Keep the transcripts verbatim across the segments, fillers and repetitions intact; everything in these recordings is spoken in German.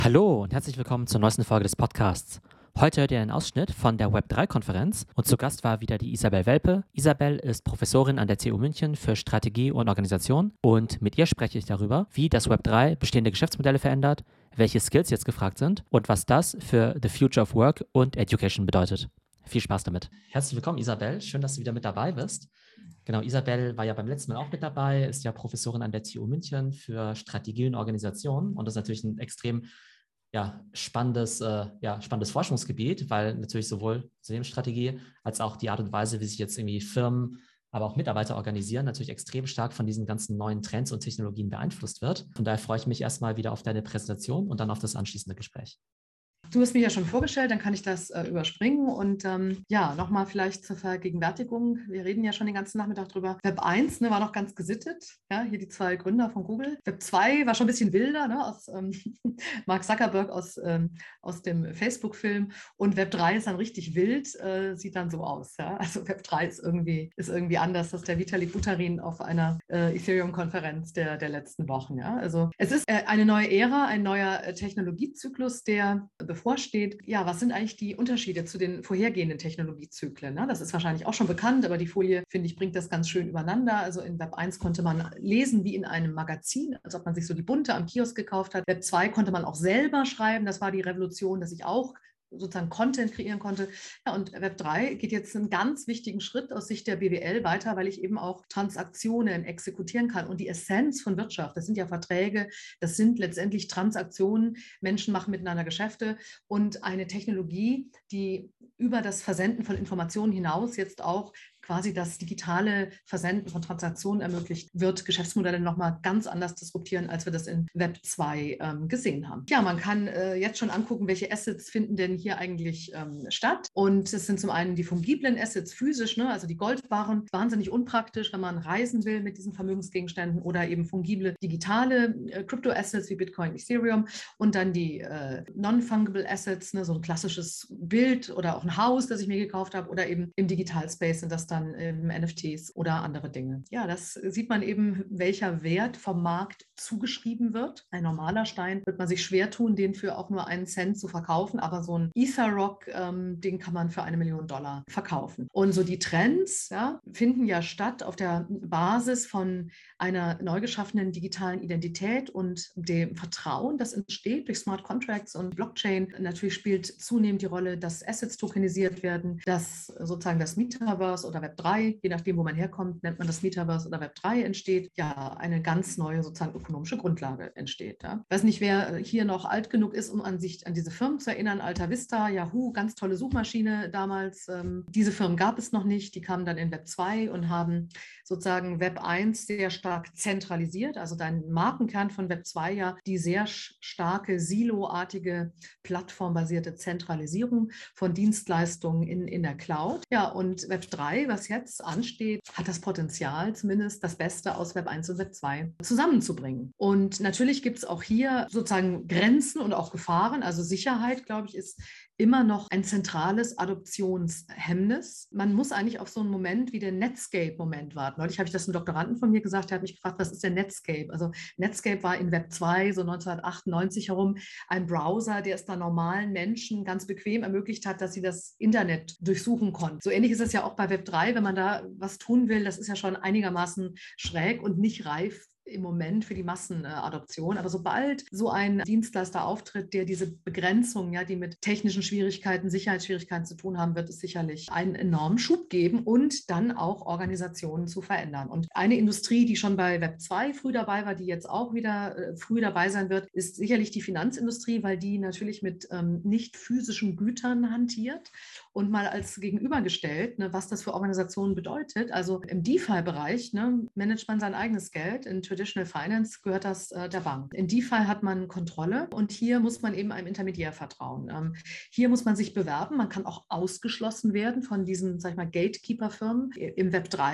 Hallo und herzlich willkommen zur neuesten Folge des Podcasts. Heute hört ihr einen Ausschnitt von der Web drei Konferenz und zu Gast war wieder die Isabel Welpe. Isabel ist Professorin an der T U München für Strategie und Organisation und mit ihr spreche ich darüber, wie das Web drei bestehende Geschäftsmodelle verändert, welche Skills jetzt gefragt sind und was das für the future of work und education bedeutet. Viel Spaß damit. Herzlich willkommen, Isabel. Schön, dass du wieder mit dabei bist. Genau, Isabel war ja beim letzten Mal auch mit dabei, ist ja Professorin an der T U München für Strategie und Organisation und das ist natürlich ein extrem ja, spannendes, äh, ja, spannendes Forschungsgebiet, weil natürlich sowohl Unternehmensstrategie als auch die Art und Weise, wie sich jetzt irgendwie Firmen, aber auch Mitarbeiter organisieren, natürlich extrem stark von diesen ganzen neuen Trends und Technologien beeinflusst wird. Von daher freue ich mich erstmal wieder auf deine Präsentation und dann auf das anschließende Gespräch. Du hast mich ja schon vorgestellt, dann kann ich das äh, überspringen. Und ähm, ja, nochmal vielleicht zur Vergegenwärtigung. Wir reden ja schon den ganzen Nachmittag drüber. Web eins ne, war noch ganz gesittet. Ja, hier die zwei Gründer von Google. Web zwei war schon ein bisschen wilder, ne, aus ähm, Mark Zuckerberg aus, ähm, aus dem Facebook-Film. Und Web drei ist dann richtig wild, äh, sieht dann so aus. Ja? Also Web drei ist irgendwie, ist irgendwie anders. Das ist der Vitalik Buterin auf einer äh, Ethereum-Konferenz der, der letzten Wochen. Ja? Also es ist äh, eine neue Ära, ein neuer äh, Technologiezyklus, der bevorsteht. Ja, was sind eigentlich die Unterschiede zu den vorhergehenden Technologiezyklen? Ne? Das ist wahrscheinlich auch schon bekannt, aber die Folie, finde ich, bringt das ganz schön übereinander. Also in Web eins konnte man lesen wie in einem Magazin, als ob man sich so die Bunte am Kiosk gekauft hat. Web zwei konnte man auch selber schreiben. Das war die Revolution, dass ich auch sozusagen Content kreieren konnte. Ja, und Web drei geht jetzt einen ganz wichtigen Schritt aus Sicht der B W L weiter, weil ich eben auch Transaktionen exekutieren kann. Und die Essenz von Wirtschaft, das sind ja Verträge, das sind letztendlich Transaktionen. Menschen machen miteinander Geschäfte und eine Technologie, die über das Versenden von Informationen hinaus jetzt auch quasi das digitale Versenden von Transaktionen ermöglicht, wird Geschäftsmodelle nochmal ganz anders disruptieren, als wir das in Web zwei ähm, gesehen haben. Ja, man kann äh, jetzt schon angucken, welche Assets finden denn hier eigentlich ähm, statt. Und es sind zum einen die fungiblen Assets physisch, ne, also die Goldbarren, wahnsinnig unpraktisch, wenn man reisen will mit diesen Vermögensgegenständen, oder eben fungible digitale äh, Crypto-Assets wie Bitcoin, Ethereum, und dann die äh, non-fungible Assets, ne, so ein klassisches Bild oder auch ein Haus, das ich mir gekauft habe, oder eben im Digital-Space sind das dann ähm, N F Ts oder andere Dinge. Ja, das sieht man eben, welcher Wert vom Markt zugeschrieben wird. Ein normaler Stein wird man sich schwer tun, den für auch nur einen Cent zu verkaufen, aber so ein Ether-Rock, ähm, den kann man für eine Million Dollar verkaufen. Und so die Trends ja, finden ja statt auf der Basis von einer neu geschaffenen digitalen Identität und dem Vertrauen, das entsteht durch Smart Contracts und Blockchain. Natürlich spielt zunehmend die Rolle, dass Assets tokenisiert werden, dass sozusagen das Metaverse oder Web drei, je nachdem, wo man herkommt, nennt man das Metaverse oder Web drei entsteht, ja, eine ganz neue sozusagen ökonomische Grundlage entsteht. Ja. Ich weiß nicht, wer hier noch alt genug ist, um an sich an diese Firmen zu erinnern. Alta Vista, Yahoo, ganz tolle Suchmaschine damals. Ähm, diese Firmen gab es noch nicht, die kamen dann in Web zwei und haben sozusagen Web eins sehr stark zentralisiert, also dein Markenkern von Web zwei ja die sehr starke siloartige plattformbasierte Zentralisierung von Dienstleistungen in, in der Cloud. Ja, und Web drei, was jetzt ansteht, hat das Potenzial, zumindest das Beste aus Web eins und Web zwei zusammenzubringen. Und natürlich gibt es auch hier sozusagen Grenzen und auch Gefahren. Also Sicherheit, glaube ich, ist immer noch ein zentrales Adoptionshemmnis. Man muss eigentlich auf so einen Moment wie den Netscape-Moment warten. Neulich habe ich das einem Doktoranden von mir gesagt, der hat mich gefragt, was ist der Netscape? Also Netscape war in Web zwei so neunzehnhundertachtundneunzig herum ein Browser, der es da normalen Menschen ganz bequem ermöglicht hat, dass sie das Internet durchsuchen konnten. So ähnlich ist es ja auch bei Web drei, wenn man da was tun will, das ist ja schon einigermaßen schräg und nicht reif im Moment für die Massenadoption. Aber sobald so ein Dienstleister auftritt, der diese Begrenzungen, ja, die mit technischen Schwierigkeiten, Sicherheitsschwierigkeiten zu tun haben, wird es sicherlich einen enormen Schub geben und dann auch Organisationen zu verändern. Und eine Industrie, die schon bei Web zwei früh dabei war, die jetzt auch wieder äh, früh dabei sein wird, ist sicherlich die Finanzindustrie, weil die natürlich mit ähm, nicht physischen Gütern hantiert. Und mal als gegenübergestellt, ne, was das für Organisationen bedeutet. Also im DeFi-Bereich ne, managt man sein eigenes Geld. In Traditional Finance gehört das äh, der Bank. In DeFi hat man Kontrolle und hier muss man eben einem Intermediär vertrauen. Ähm, hier muss man sich bewerben. Man kann auch ausgeschlossen werden von diesen, sag ich mal, Gatekeeper-Firmen. Im Web drei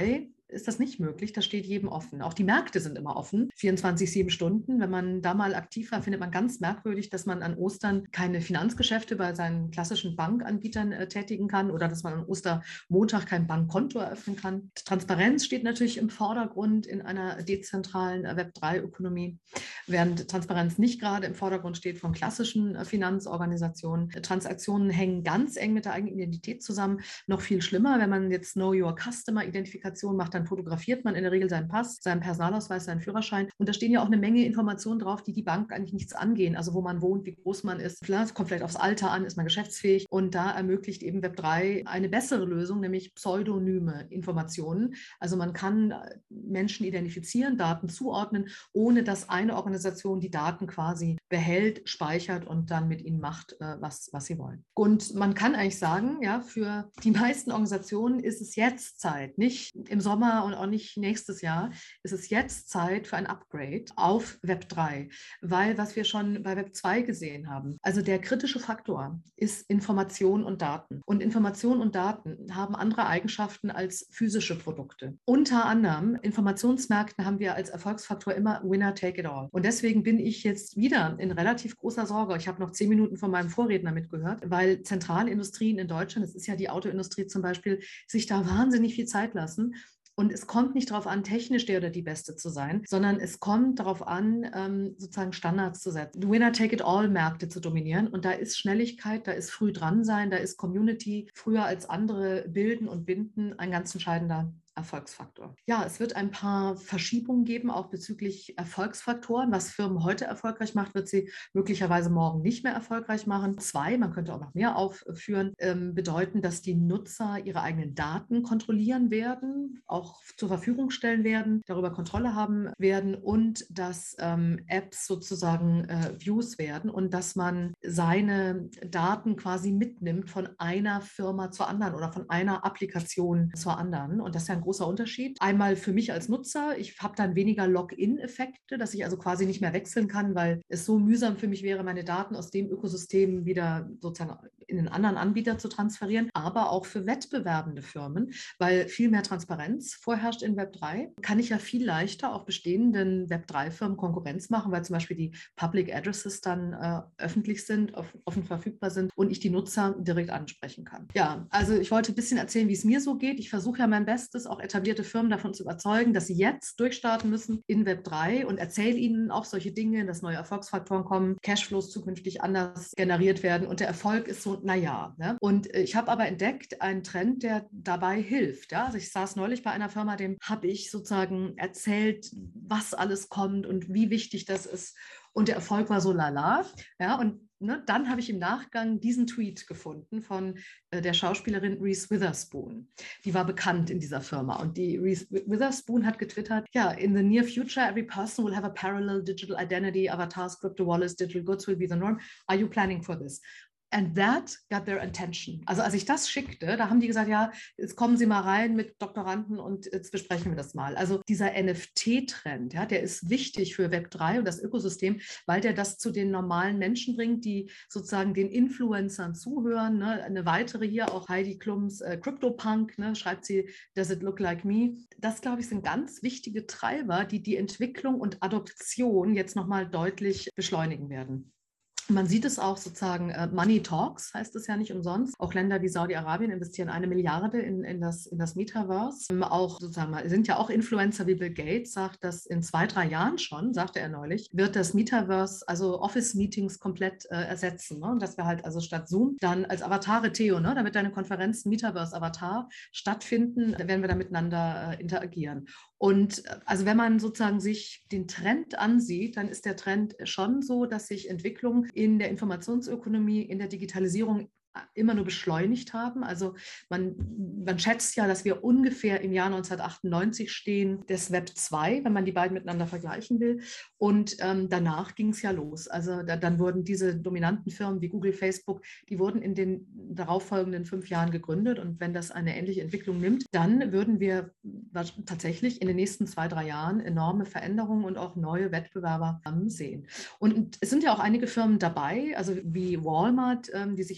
ist das nicht möglich. Das steht jedem offen. Auch die Märkte sind immer offen, vierundzwanzig, sieben Stunden. Wenn man da mal aktiv war, findet man ganz merkwürdig, dass man an Ostern keine Finanzgeschäfte bei seinen klassischen Bankanbietern äh, tätigen kann oder dass man an Ostermontag kein Bankkonto eröffnen kann. Transparenz steht natürlich im Vordergrund in einer dezentralen äh, Web drei Ökonomie, während Transparenz nicht gerade im Vordergrund steht von klassischen äh, Finanzorganisationen. Transaktionen hängen ganz eng mit der eigenen Identität zusammen. Noch viel schlimmer, wenn man jetzt Know Your Customer Identifikation macht, dann fotografiert man in der Regel seinen Pass, seinen Personalausweis, seinen Führerschein. Und da stehen ja auch eine Menge Informationen drauf, die die Bank eigentlich nichts angehen. Also wo man wohnt, wie groß man ist. Klar, es kommt vielleicht aufs Alter an, ist man geschäftsfähig. Und da ermöglicht eben Web drei eine bessere Lösung, nämlich pseudonyme Informationen. Also man kann Menschen identifizieren, Daten zuordnen, ohne dass eine Organisation die Daten quasi behält, speichert und dann mit ihnen macht, was, was sie wollen. Und man kann eigentlich sagen, ja, für die meisten Organisationen ist es jetzt Zeit, nicht im Sommer und auch nicht nächstes Jahr, ist es jetzt Zeit für ein Upgrade auf Web drei, weil was wir schon bei Web zwei gesehen haben, also der kritische Faktor ist Information und Daten. Und Information und Daten haben andere Eigenschaften als physische Produkte. Unter anderem Informationsmärkten haben wir als Erfolgsfaktor immer Winner take it all. Und deswegen bin ich jetzt wieder in relativ großer Sorge. Ich habe noch zehn Minuten von meinem Vorredner mitgehört, weil zentrale Industrien in Deutschland, das ist ja die Autoindustrie zum Beispiel, sich da wahnsinnig viel Zeit lassen. Und es kommt nicht darauf an, technisch der oder die Beste zu sein, sondern es kommt darauf an, sozusagen Standards zu setzen, Winner-Take-it-all-Märkte zu dominieren. Und da ist Schnelligkeit, da ist früh dran sein, da ist Community früher als andere bilden und binden ein ganz entscheidender Erfolgsfaktor. Ja, es wird ein paar Verschiebungen geben, auch bezüglich Erfolgsfaktoren. Was Firmen heute erfolgreich macht, wird sie möglicherweise morgen nicht mehr erfolgreich machen. Zwei, man könnte auch noch mehr aufführen, ähm, bedeuten, dass die Nutzer ihre eigenen Daten kontrollieren werden, auch zur Verfügung stellen werden, darüber Kontrolle haben werden und dass ähm, Apps sozusagen äh, Views werden und dass man seine Daten quasi mitnimmt von einer Firma zur anderen oder von einer Applikation zur anderen. Und das ist ja ein großer Unterschied. Einmal für mich als Nutzer, ich habe dann weniger Login-Effekte, dass ich also quasi nicht mehr wechseln kann, weil es so mühsam für mich wäre, meine Daten aus dem Ökosystem wieder sozusagen in einen anderen Anbieter zu transferieren, aber auch für wettbewerbende Firmen, weil viel mehr Transparenz vorherrscht in Web drei, kann ich ja viel leichter auch bestehenden Web drei Firmen Konkurrenz machen, weil zum Beispiel die Public Addresses dann äh, öffentlich sind, offen, offen verfügbar sind und ich die Nutzer direkt ansprechen kann. Ja, also ich wollte ein bisschen erzählen, wie es mir so geht. Ich versuche ja mein Bestes, auch etablierte Firmen davon zu überzeugen, dass sie jetzt durchstarten müssen in Web drei und erzähle ihnen auch solche Dinge, dass neue Erfolgsfaktoren kommen, Cashflows zukünftig anders generiert werden und der Erfolg ist so, naja. Ne? Und ich habe aber entdeckt einen Trend, der dabei hilft. Ja? Also ich saß neulich bei einer Firma, dem habe ich sozusagen erzählt, was alles kommt und wie wichtig das ist. Und der Erfolg war so lala. Ja? Und ne, dann habe ich im Nachgang diesen Tweet gefunden von äh, der Schauspielerin Reese Witherspoon. Die war bekannt in dieser Firma. Und die Reese Witherspoon hat getwittert, ja, in the near future, every person will have a parallel digital identity, avatars, crypto wallets, digital goods will be the norm. Are you planning for this? And that got their attention. Also als ich das schickte, da haben die gesagt, ja, jetzt kommen Sie mal rein mit Doktoranden und jetzt besprechen wir das mal. Also dieser N F T-Trend, ja, der ist wichtig für Web drei und das Ökosystem, weil der das zu den normalen Menschen bringt, die sozusagen den Influencern zuhören. Ne? Eine weitere hier, auch Heidi Klums äh, CryptoPunk, ne? Schreibt sie, Does it look like me? Das, glaube ich, sind ganz wichtige Treiber, die die Entwicklung und Adoption jetzt nochmal deutlich beschleunigen werden. Man sieht es auch sozusagen, uh, Money Talks heißt es ja nicht umsonst. Auch Länder wie Saudi-Arabien investieren eine Milliarde in, in, das, in das Metaverse. Ähm, auch sozusagen, sind ja auch Influencer wie Bill Gates, sagt, dass in zwei, drei Jahren schon, sagte er neulich, wird das Metaverse, also Office-Meetings komplett äh, ersetzen. Ne? Und dass wir halt also statt Zoom dann als Avatare Theo, ne? Damit deine Konferenzen Metaverse-Avatar stattfinden, werden wir da miteinander äh, interagieren. Und also wenn man sozusagen sich den Trend ansieht, dann ist der Trend schon so, dass sich Entwicklung in der Informationsökonomie, in der Digitalisierung immer nur beschleunigt haben. Also man, man schätzt ja, dass wir ungefähr im Jahr neunzehnhundertachtundneunzig stehen des Web zwei, wenn man die beiden miteinander vergleichen will. Und ähm, danach ging es ja los. Also da, dann wurden diese dominanten Firmen wie Google, Facebook, die wurden in den darauffolgenden fünf Jahren gegründet. Und wenn das eine ähnliche Entwicklung nimmt, dann würden wir tatsächlich in den nächsten zwei, drei Jahren enorme Veränderungen und auch neue Wettbewerber ähm, sehen. Und es sind ja auch einige Firmen dabei, also wie Walmart, ähm, die sich äh,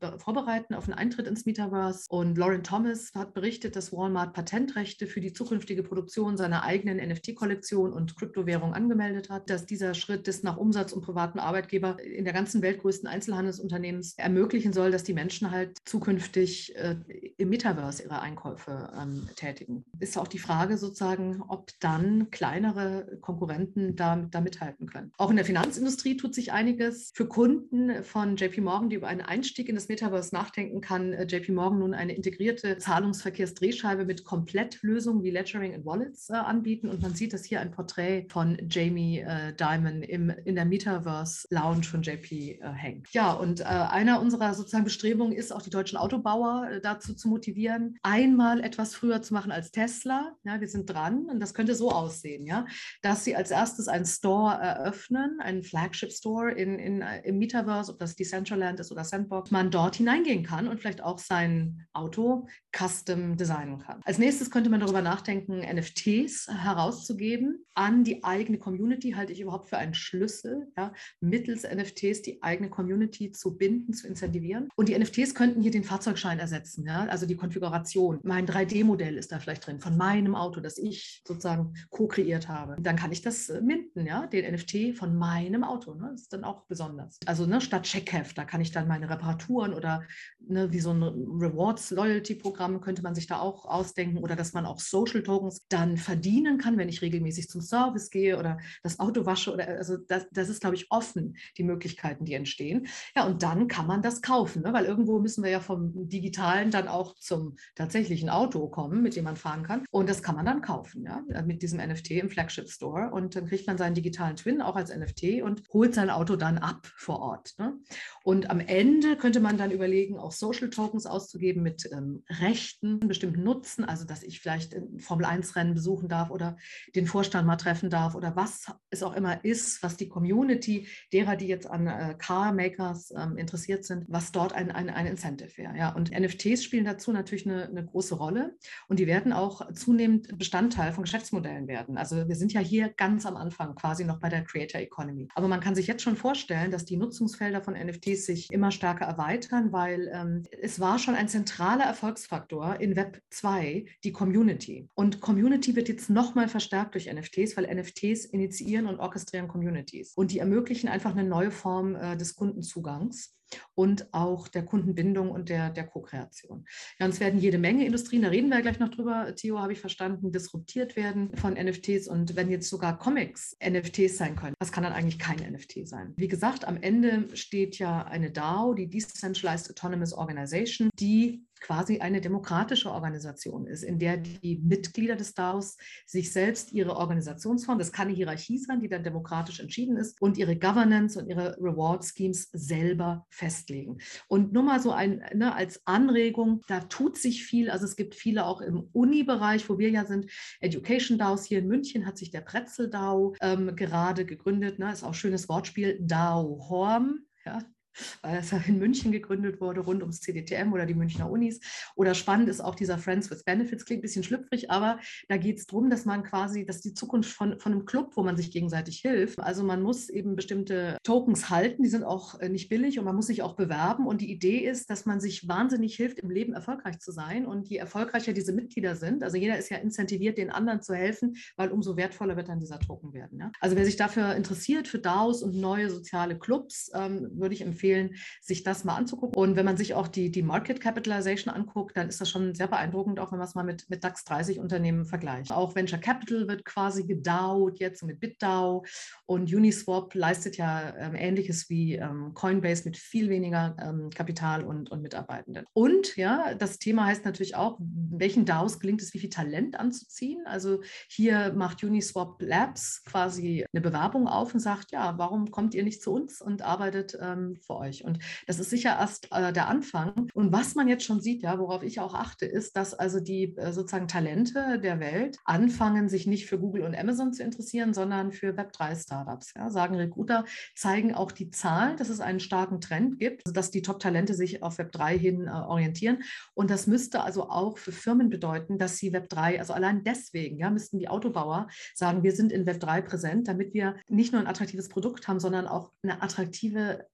vorbereiten auf einen Eintritt ins Metaverse. Und Lauren Thomas hat berichtet, dass Walmart Patentrechte für die zukünftige Produktion seiner eigenen N F T-Kollektion und Kryptowährung angemeldet hat, dass dieser Schritt des nach Umsatz und privaten Arbeitgeber in der ganzen Welt größten Einzelhandelsunternehmens ermöglichen soll, dass die Menschen halt zukünftig äh, im Metaverse ihre Einkäufe ähm, tätigen. Ist auch die Frage sozusagen, ob dann kleinere Konkurrenten da, da mithalten können. Auch in der Finanzindustrie tut sich einiges. Für Kunden von J P Morgan, die über einen Einstieg in das Metaverse nachdenken, kann äh, J P Morgan nun eine integrierte Zahlungsverkehrsdrehscheibe mit Komplettlösungen wie Ledgering und Wallets äh, anbieten. Und man sieht, dass hier ein Porträt von Jamie äh, Dimon im, in der Metaverse Lounge von J P äh, hängt. Ja, und äh, einer unserer sozusagen Bestrebungen ist auch, die deutschen Autobauer äh, dazu zu motivieren, einmal etwas früher zu machen als Tesla. Ja, wir sind dran und das könnte so aussehen, ja, dass sie als erstes einen Store eröffnen, einen Flagship Store in, in, im Metaverse, ob das Decentraland ist oder Sandbox, man dort hineingehen kann und vielleicht auch sein Auto custom designen kann. Als nächstes könnte man darüber nachdenken, N F Ts herauszugeben an die eigene Community, halte ich überhaupt für einen Schlüssel, ja, mittels N F Ts die eigene Community zu binden, zu incentivieren. Und die N F Ts könnten hier den Fahrzeugschein ersetzen, ja, also die Konfiguration. Mein drei D Modell ist da vielleicht drin, von meinem Auto, das ich sozusagen co-kreiert habe. Dann kann ich das minden, ja, den N F T von meinem Auto, ne? Das ist dann auch besonders. Also ne, statt Checkheft, da kann ich dann meine Reparaturen oder ne, wie so ein Rewards-Loyalty-Programm könnte man sich da auch ausdenken oder dass man auch Social Tokens dann verdienen kann, wenn ich regelmäßig zum Service gehe oder das Auto wasche oder also das, das ist, glaube ich, offen, die Möglichkeiten, die entstehen. Ja, und dann kann man das kaufen, ne? Weil irgendwo müssen wir ja vom Digitalen dann auch zum tatsächlichen Auto kommen, mit dem man fahren kann. Und das kann man dann kaufen, ja, mit diesem N F T im Flagship Store. Und dann kriegt man seinen digitalen Twin auch als N F T und holt sein Auto dann ab vor Ort. Ne? Und am Ende könnte man dann überlegen, auch Social Tokens auszugeben mit ähm, Rechten, bestimmten Nutzen, also dass ich vielleicht ein Formel eins Rennen besuchen darf oder den Vorstand mal treffen darf oder was es auch immer ist, was die Community derer, die jetzt an äh, Car-Makers ähm, interessiert sind, was dort ein, ein, ein Incentive wäre. Ja? Und N F Ts spielen dazu natürlich eine, eine große Rolle und die werden auch zunehmend Bestandteil von Geschäftsmodellen werden. Also wir sind ja hier ganz am Anfang quasi noch bei der Creator Economy. Aber man kann sich jetzt schon vorstellen, dass die Nutzungsfelder von N F Ts sich immer stärker erweitern, weil ähm, es war schon ein zentraler Erfolgsfaktor in Web zwei, die Community. Und Community wird jetzt nochmal verstärkt durch N F Ts, weil N F Ts initiieren und orchestrieren Communities. Und die ermöglichen einfach eine neue Form äh, des Kundenzugangs und auch der Kundenbindung und der, der Co-Kreation. Ja, und es werden jede Menge Industrien, da reden wir gleich noch drüber, Theo, habe ich verstanden, disruptiert werden von N F Ts. Und wenn jetzt sogar Comics N F Ts sein können, was kann dann eigentlich kein N F T sein? Wie gesagt, am Ende steht ja eine DAO, die Decentralized Autonomous Organization, die quasi eine demokratische Organisation ist, in der die Mitglieder des DAOs sich selbst ihre Organisationsform, das kann eine Hierarchie sein, die dann demokratisch entschieden ist, und ihre Governance und ihre Reward Schemes selber festlegen. Und nur mal so ein, ne, als Anregung, da tut sich viel, also es gibt viele auch im Uni-Bereich, wo wir ja sind, Education DAOs. Hier in München hat sich der Pretzel DAO ähm, gerade gegründet, ne, ist auch ein schönes Wortspiel, DAO Horm, ja, weil das ja in München gegründet wurde, rund ums C D T M oder die Münchner Unis. Oder spannend ist auch dieser Friends with Benefits, klingt ein bisschen schlüpfrig, aber da geht es darum, dass man quasi, dass die Zukunft von, von einem Club, wo man sich gegenseitig hilft. Also man muss eben bestimmte Tokens halten, die sind auch nicht billig und man muss sich auch bewerben. Und die Idee ist, dass man sich wahnsinnig hilft, im Leben erfolgreich zu sein. Und je erfolgreicher diese Mitglieder sind, also jeder ist ja incentiviert, den anderen zu helfen, weil umso wertvoller wird dann dieser Token werden. Ja? Also wer sich dafür interessiert, für DAOs und neue soziale Clubs, ähm, würde ich empfehlen, sich das mal anzugucken. Und wenn man sich auch die, die Market Capitalization anguckt, dann ist das schon sehr beeindruckend, auch wenn man es mal mit, mit DAX dreißig Unternehmen vergleicht. Auch Venture Capital wird quasi gedaut jetzt mit BitDAO und Uniswap leistet ja ähm, Ähnliches wie ähm, Coinbase mit viel weniger ähm, Kapital und, und Mitarbeitenden. Und ja, das Thema heißt natürlich auch, welchen DAOs gelingt es, wie viel Talent anzuziehen. Also hier macht Uniswap Labs quasi eine Bewerbung auf und sagt, ja, warum kommt ihr nicht zu uns und arbeitet ähm, für euch? Und das ist sicher erst äh, der Anfang. Und was man jetzt schon sieht, ja, worauf ich auch achte, ist, dass also die äh, sozusagen Talente der Welt anfangen, sich nicht für Google und Amazon zu interessieren, sondern für Web drei Startups. Ja, sagen Recruiter, zeigen auch die Zahlen, dass es einen starken Trend gibt, also dass die Top-Talente sich auf Web drei hin äh, orientieren. Und das müsste also auch für Firmen bedeuten, dass sie Web drei, also allein deswegen, ja, müssten die Autobauer sagen, wir sind in Web drei präsent, damit wir nicht nur ein attraktives Produkt haben, sondern auch eine attraktive Arbeitgeber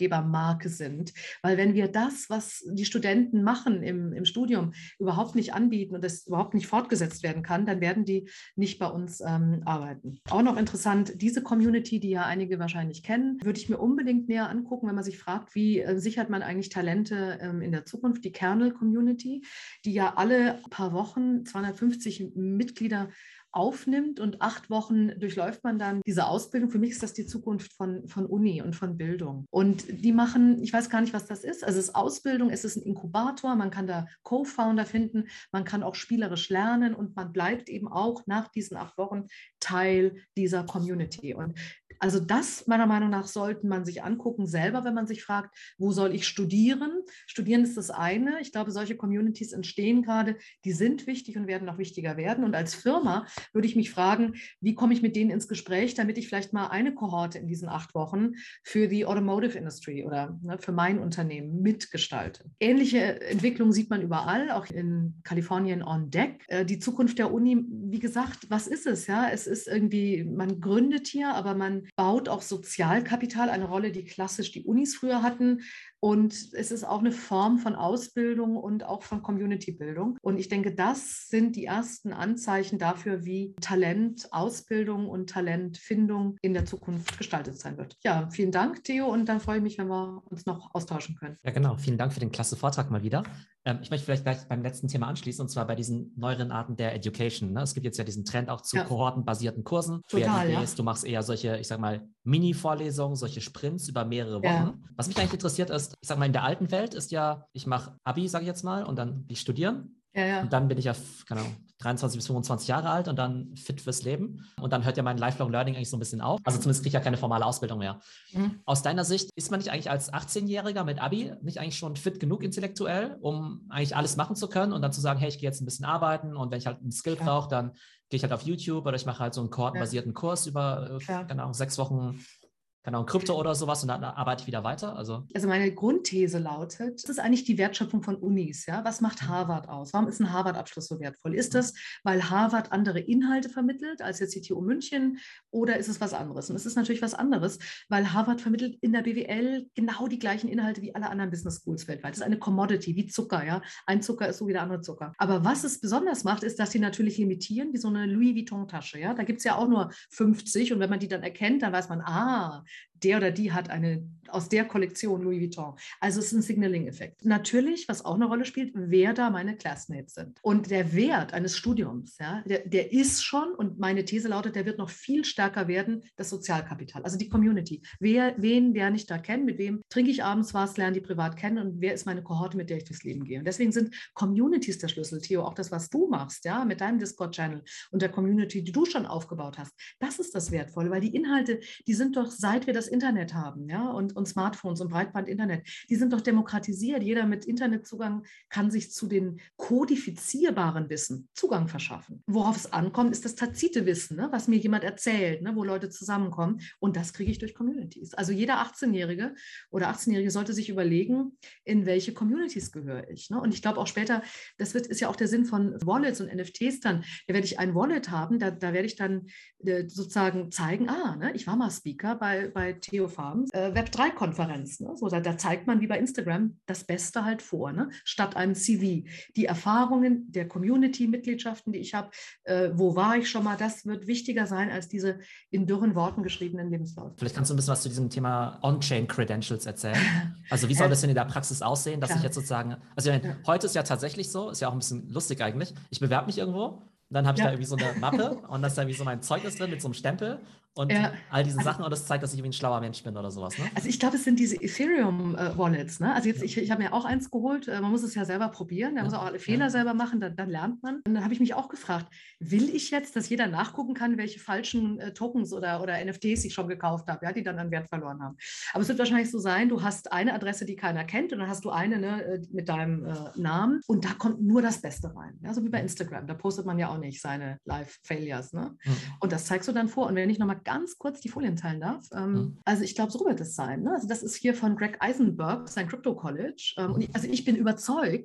Arbeitgebermarke sind. Weil wenn wir das, was die Studenten machen im, im Studium, überhaupt nicht anbieten und das überhaupt nicht fortgesetzt werden kann, dann werden die nicht bei uns ähm, arbeiten. Auch noch interessant, diese Community, die ja einige wahrscheinlich kennen, würde ich mir unbedingt näher angucken, wenn man sich fragt, wie äh, sichert man eigentlich Talente ähm, in der Zukunft. Die Kernel-Community, die ja alle paar Wochen zweihundertfünfzig Mitglieder aufnimmt und acht Wochen durchläuft man dann diese Ausbildung. Für mich ist das die Zukunft von, von Uni und von Bildung. Und die machen, ich weiß gar nicht, was das ist. Also es ist Ausbildung, es ist ein Inkubator, man kann da Co-Founder finden, man kann auch spielerisch lernen und man bleibt eben auch nach diesen acht Wochen Teil dieser Community. Und also das, meiner Meinung nach, sollte man sich angucken, selber, wenn man sich fragt, wo soll ich studieren? Studieren ist das eine. Ich glaube, solche Communities entstehen gerade, die sind wichtig und werden noch wichtiger werden. Und als Firma würde ich mich fragen, wie komme ich mit denen ins Gespräch, damit ich vielleicht mal eine Kohorte in diesen acht Wochen für die Automotive Industry oder ne, für mein Unternehmen mitgestalte. Ähnliche Entwicklungen sieht man überall, auch in Kalifornien on deck. Äh, die Zukunft der Uni, wie gesagt, was ist es? Ja, es ist irgendwie, man gründet hier, aber man baut auch Sozialkapital, eine Rolle, die klassisch die Unis früher hatten. Und es ist auch eine Form von Ausbildung und auch von Community-Bildung. Und ich denke, das sind die ersten Anzeichen dafür, wie Talentausbildung und Talentfindung in der Zukunft gestaltet sein wird. Ja, vielen Dank, Theo. Und dann freue ich mich, wenn wir uns noch austauschen können. Ja, genau. Vielen Dank für den klasse Vortrag mal wieder. Ähm, ich möchte vielleicht gleich beim letzten Thema anschließen, und zwar bei diesen neueren Arten der Education. Ne? Es gibt jetzt ja diesen Trend auch zu ja. kohortenbasierten Kursen. Total, die ja. ist, du machst eher solche, ich sag mal, Mini-Vorlesungen, solche Sprints über mehrere Wochen. Ja. Was mich eigentlich interessiert ist, ich sag mal, in der alten Welt ist ja, ich mache Abi, sage ich jetzt mal, und dann gehe ich studieren. Ja, ja. Und dann bin ich ja, keine Ahnung, dreiundzwanzig bis fünfundzwanzig Jahre alt und dann fit fürs Leben. Und dann hört ja mein Lifelong Learning eigentlich so ein bisschen auf. Also zumindest kriege ich ja keine formale Ausbildung mehr. Mhm. Aus deiner Sicht, ist man nicht eigentlich als achtzehnjähriger mit Abi nicht eigentlich schon fit genug intellektuell, um eigentlich alles machen zu können und dann zu sagen, hey, ich gehe jetzt ein bisschen arbeiten und wenn ich halt einen Skill ja. brauche, dann gehe ich halt auf YouTube oder ich mache halt so einen kohortenbasierten ja. Kurs über, ja. keine Ahnung, sechs Wochen Keine Ahnung, Krypto oder sowas und dann arbeite ich wieder weiter? Also, also meine Grundthese lautet, das ist eigentlich die Wertschöpfung von Unis. Ja? Was macht Harvard aus? Warum ist ein Harvard-Abschluss so wertvoll? Ist das, weil Harvard andere Inhalte vermittelt als jetzt die T U München oder ist es was anderes? Und es ist natürlich was anderes, weil Harvard vermittelt in der B W L genau die gleichen Inhalte wie alle anderen Business Schools weltweit. Das ist eine Commodity, wie Zucker. Ja? Ein Zucker ist so wie der andere Zucker. Aber was es besonders macht, ist, dass sie natürlich limitieren, wie so eine Louis Vuitton-Tasche. Ja? Da gibt es ja auch nur fünfzig und wenn man die dann erkennt, dann weiß man, ah, der oder die hat eine aus der Kollektion Louis Vuitton. Also es ist ein Signaling-Effekt. Natürlich, was auch eine Rolle spielt, wer da meine Classmates sind. Und der Wert eines Studiums, ja, der, der ist schon, und meine These lautet, der wird noch viel stärker werden, das Sozialkapital, also die Community. Wer, wen lerne ich da kennen, mit wem trinke ich abends was, lerne die privat kennen und wer ist meine Kohorte, mit der ich durchs Leben gehe. Und deswegen sind Communities der Schlüssel, Theo, auch das, was du machst, ja, mit deinem Discord-Channel und der Community, die du schon aufgebaut hast. Das ist das Wertvolle, weil die Inhalte, die sind doch, seit wir das Internet haben, ja, und, und Smartphones und Breitband-Internet, die sind doch demokratisiert. Jeder mit Internetzugang kann sich zu den kodifizierbaren Wissen Zugang verschaffen. Worauf es ankommt, ist das tazite Wissen, ne, was mir jemand erzählt, ne, wo Leute zusammenkommen. Und das kriege ich durch Communities. Also jeder achtzehnjährige oder achtzehnjährige sollte sich überlegen, in welche Communities gehöre ich. Ne? Und ich glaube auch später, das wird, ist ja auch der Sinn von Wallets und N F Ts dann, da werde ich ein Wallet haben, da, da werde ich dann äh, sozusagen zeigen, ah, ne, ich war mal Speaker bei, bei Theo Farms, äh, Web drei Konferenz. Ne? So, da, da zeigt man wie bei Instagram das Beste halt vor, ne? Statt einem C V. Die Erfahrungen der Community-Mitgliedschaften, die ich habe, äh, wo war ich schon mal, das wird wichtiger sein als diese in dürren Worten geschriebenen Lebenslauf. Vielleicht kannst du ein bisschen was zu diesem Thema On-Chain-Credentials erzählen. Also wie soll das denn in der Praxis aussehen, dass Klar. ich jetzt sozusagen, also ja. heute ist ja tatsächlich so, ist ja auch ein bisschen lustig eigentlich, ich bewerbe mich irgendwo, dann habe ich ja. da irgendwie so eine Mappe und da ist da irgendwie so mein Zeugnis drin mit so einem Stempel und ja. all diese Sachen und das zeigt, dass ich wie ein schlauer Mensch bin oder sowas. Ne? Also ich glaube, es sind diese Ethereum-Wallets. Ne? Also jetzt, ich, ich habe mir auch eins geholt, man muss es ja selber probieren, man ja. muss auch alle Fehler ja. selber machen, dann, dann lernt man. Und dann habe ich mich auch gefragt, will ich jetzt, dass jeder nachgucken kann, welche falschen äh, Tokens oder, oder N F Ts ich schon gekauft habe, ja, die dann an Wert verloren haben. Aber es wird wahrscheinlich so sein, du hast eine Adresse, die keiner kennt und dann hast du eine ne, mit deinem äh, Namen und da kommt nur das Beste rein. Ja? So wie bei Instagram, da postet man ja auch nicht seine Live-Failures. Ne? Mhm. Und das zeigst du dann vor. Und wenn ich nochmal ganz kurz die Folien teilen darf, ähm, mhm. also ich glaube, so wird es sein. Ne? Also das ist hier von Greg Eisenberg, sein Crypto College. Ähm, und ich, also ich bin überzeugt,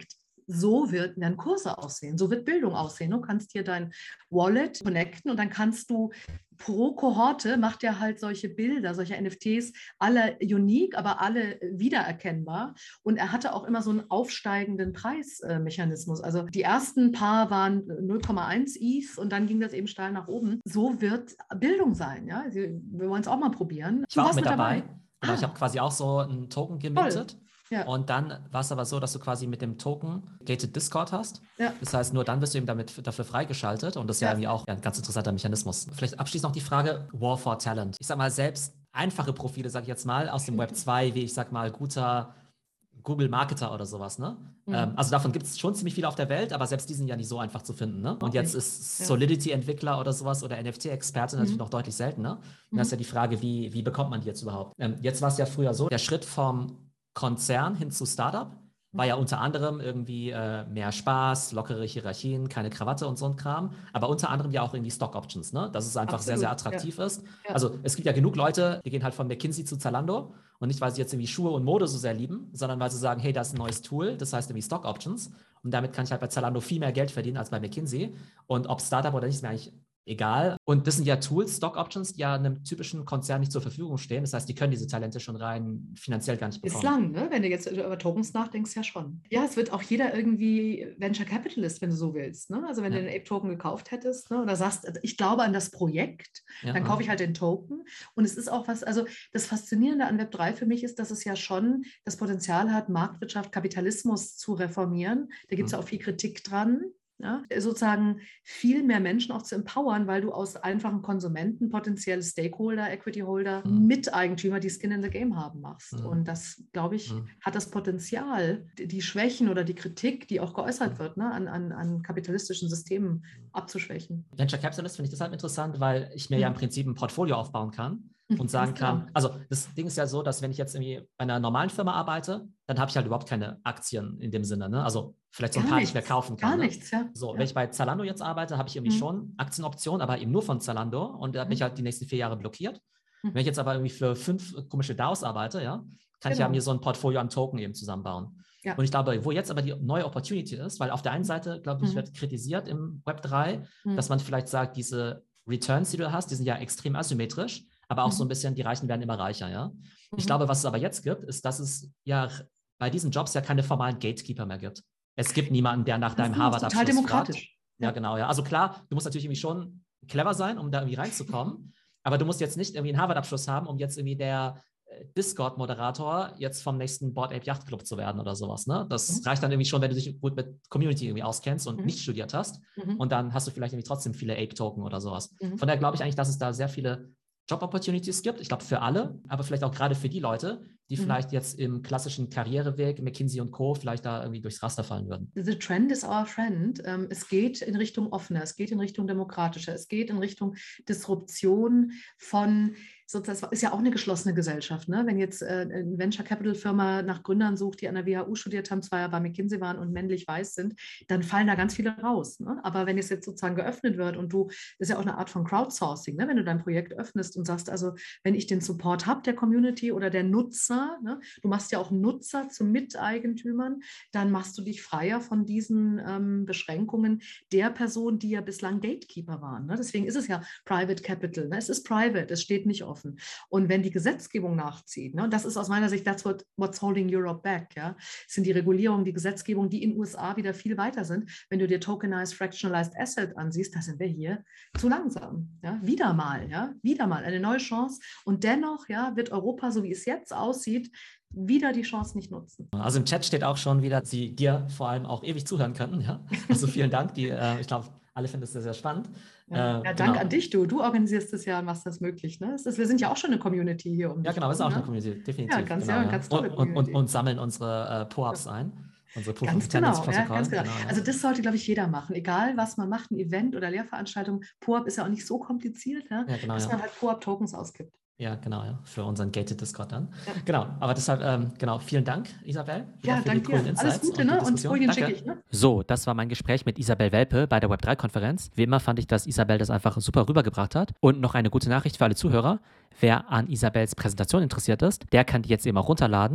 so wird, werden Kurse aussehen, so wird Bildung aussehen. Du kannst hier dein Wallet connecten und dann kannst du pro Kohorte macht er halt solche Bilder, solche N F Ts, alle unique, aber alle wiedererkennbar. Und er hatte auch immer so einen aufsteigenden Preismechanismus. Also die ersten paar waren null Komma eins E T H und dann ging das eben steil nach oben. So wird Bildung sein. Ja? Also wir wollen es auch mal probieren. Ich war auch mit dabei. dabei. Genau, ah. Ich habe quasi auch so einen Token gemintet. Toll. Ja. Und dann war es aber so, dass du quasi mit dem Token Gated Discord hast. Ja. Das heißt, nur dann wirst du eben damit dafür freigeschaltet. Und das ist ja, ja irgendwie auch ein ganz interessanter Mechanismus. Vielleicht abschließend noch die Frage War for Talent. Ich sag mal, selbst einfache Profile, sag ich jetzt mal, aus dem Web zwei, wie ich sag mal, guter Google-Marketer oder sowas, ne? Mhm. Ähm, also davon gibt es schon ziemlich viele auf der Welt, aber selbst die sind ja nicht so einfach zu finden, ne? Und jetzt ist Solidity-Entwickler oder sowas oder N F T-Experte mhm. natürlich noch deutlich seltener. Und mhm. da ist ja die Frage, wie, wie bekommt man die jetzt überhaupt? Ähm, jetzt war es ja früher so, der Schritt vom Konzern hin zu Startup war ja unter anderem irgendwie äh, mehr Spaß, lockere Hierarchien, keine Krawatte und so ein Kram, aber unter anderem ja auch irgendwie Stock Options, ne? Dass es einfach Absolut, sehr, sehr attraktiv ja. ist. Ja. Also es gibt ja genug Leute, die gehen halt von McKinsey zu Zalando und nicht, weil sie jetzt irgendwie Schuhe und Mode so sehr lieben, sondern weil sie sagen, hey, das ist ein neues Tool, das heißt irgendwie Stock Options und damit kann ich halt bei Zalando viel mehr Geld verdienen als bei McKinsey und ob Startup oder nicht, ist mir eigentlich egal. Und das sind ja Tools, Stock Options, die ja einem typischen Konzern nicht zur Verfügung stehen. Das heißt, die können diese Talente schon rein finanziell gar nicht bekommen. Bislang, ne? Wenn du jetzt über Tokens nachdenkst, ja schon. Ja, es wird auch jeder irgendwie Venture Capitalist, wenn du so willst. Ne? Also wenn ja. du den Ape-Token gekauft hättest, ne? Oder sagst, also ich glaube an das Projekt, ja, dann kaufe ich halt den Token. Und es ist auch was, also das Faszinierende an Web drei für mich ist, dass es ja schon das Potenzial hat, Marktwirtschaft, Kapitalismus zu reformieren. Da gibt es ja auch viel Kritik dran. Ja, sozusagen viel mehr Menschen auch zu empowern, weil du aus einfachen Konsumenten potenzielle Stakeholder, Equity-Holder, mhm. Miteigentümer, die Skin in the Game haben, machst. Mhm. Und das, glaube ich, mhm. hat das Potenzial, die Schwächen oder die Kritik, die auch geäußert wird, ne, an, an, an kapitalistischen Systemen abzuschwächen. Venture Capitalist finde ich deshalb interessant, weil ich mir mhm. ja im Prinzip ein Portfolio aufbauen kann und sagen kann, also das Ding ist ja so, dass wenn ich jetzt irgendwie bei einer normalen Firma arbeite, dann habe ich halt überhaupt keine Aktien in dem Sinne, ne? Also vielleicht so ein gar paar, nichts, die ich mir kaufen kann. Gar ne? nichts, ja. So, ja. wenn ich bei Zalando jetzt arbeite, habe ich irgendwie mhm. schon Aktienoptionen, aber eben nur von Zalando und da mhm. bin ich halt die nächsten vier Jahre blockiert. Mhm. Wenn ich jetzt aber irgendwie für fünf komische D A Os arbeite, ja, kann genau. ich ja mir so ein Portfolio an Token eben zusammenbauen. Ja. Und ich glaube, wo jetzt aber die neue Opportunity ist, weil auf der einen Seite, glaube ich, mhm. wird kritisiert im Web drei, mhm. dass man vielleicht sagt, diese Returns, die du hast, die sind ja extrem asymmetrisch, aber auch mhm. so ein bisschen, die Reichen werden immer reicher, ja. Mhm. Ich glaube, was es aber jetzt gibt, ist, dass es ja bei diesen Jobs ja keine formalen Gatekeeper mehr gibt. Es gibt niemanden, der nach deinem Harvard-Abschluss total demokratisch. Fragt. Ja, genau, ja. Also klar, du musst natürlich irgendwie schon clever sein, um da irgendwie reinzukommen, aber du musst jetzt nicht irgendwie einen Harvard-Abschluss haben, um jetzt irgendwie der Discord-Moderator jetzt vom nächsten Bored Ape Yacht Club zu werden oder sowas. Ne? Das mhm. reicht dann irgendwie schon, wenn du dich gut mit Community irgendwie auskennst und mhm. nicht studiert hast. Mhm. Und dann hast du vielleicht irgendwie trotzdem viele Ape-Token oder sowas. Mhm. Von daher glaube ich eigentlich, dass es da sehr viele Job-Opportunities gibt. Ich glaube für alle, aber vielleicht auch gerade für die Leute, die mhm. vielleicht jetzt im klassischen Karriereweg, McKinsey und Co. vielleicht da irgendwie durchs Raster fallen würden. The trend is our friend. Ähm, es geht in Richtung offener, es geht in Richtung demokratischer, es geht in Richtung Disruption von sozusagen, das ist ja auch eine geschlossene Gesellschaft. Ne? Wenn jetzt äh, eine Venture Capital Firma nach Gründern sucht, die an der W H U studiert haben, zwei Jahre bei McKinsey waren und männlich weiß sind, dann fallen da ganz viele raus. Ne? Aber wenn es jetzt sozusagen geöffnet wird und du, das ist ja auch eine Art von Crowdsourcing, ne? Wenn du dein Projekt öffnest und sagst, also wenn ich den Support habe der Community oder der Nutzer, ne? Du machst ja auch Nutzer zu Miteigentümern, dann machst du dich freier von diesen ähm, Beschränkungen der Personen, die ja bislang Gatekeeper waren. Ne? Deswegen ist es ja Private Capital. Ne? Es ist private, es steht nicht offen. Und wenn die Gesetzgebung nachzieht, ne, und das ist aus meiner Sicht, that's what, what's holding Europe back, ja, sind die Regulierungen, die Gesetzgebung, die in den U S A wieder viel weiter sind. Wenn du dir Tokenized Fractionalized Asset ansiehst, da sind wir hier zu langsam. Ja, wieder mal, ja, wieder mal eine neue Chance. Und dennoch, ja, wird Europa, so wie es jetzt aussieht, wieder die Chance nicht nutzen. Also im Chat steht auch schon wieder, dass Sie dir vor allem auch ewig zuhören könnten. Ja? Also vielen Dank. Die, äh, ich glaube, alle finden es sehr, sehr spannend. Ja, äh, ja Dank genau. an dich, du. Du organisierst das ja und machst das möglich. Ne? Das ist, wir sind ja auch schon eine Community hier. Um ja, genau, wir sind auch ne? eine Community, definitiv. Ja, ganz, genau, ja, ganz tolle und, Community. Und, und, und sammeln unsere äh, P O Ups ja. ein. Unsere Proof ganz, of genau, Tenants ja, ganz genau. genau ja. Also das sollte, glaube ich, jeder machen. Egal, was man macht, ein Event oder Lehrveranstaltung. P O U P ist ja auch nicht so kompliziert, ja? Ja, genau, dass ja. man halt P O U P-Tokens ausgibt. Ja, genau, ja, für unseren Gated Discord dann. Ja. Genau, aber deshalb, ähm, genau, vielen Dank, Isabel. Ja, danke dir. Alles Gute, ne? Und Folien schicke ich, ne? So, das war mein Gespräch mit Isabel Welpe bei der Web drei Konferenz. Wie immer fand ich, dass Isabel das einfach super rübergebracht hat. Und noch eine gute Nachricht für alle Zuhörer. Wer an Isabels Präsentation interessiert ist, der kann die jetzt eben auch runterladen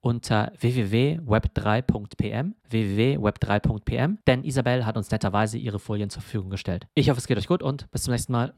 unter w w w punkt web drei punkt p m, w w w punkt web drei punkt p m, denn Isabel hat uns netterweise ihre Folien zur Verfügung gestellt. Ich hoffe, es geht euch gut und bis zum nächsten Mal.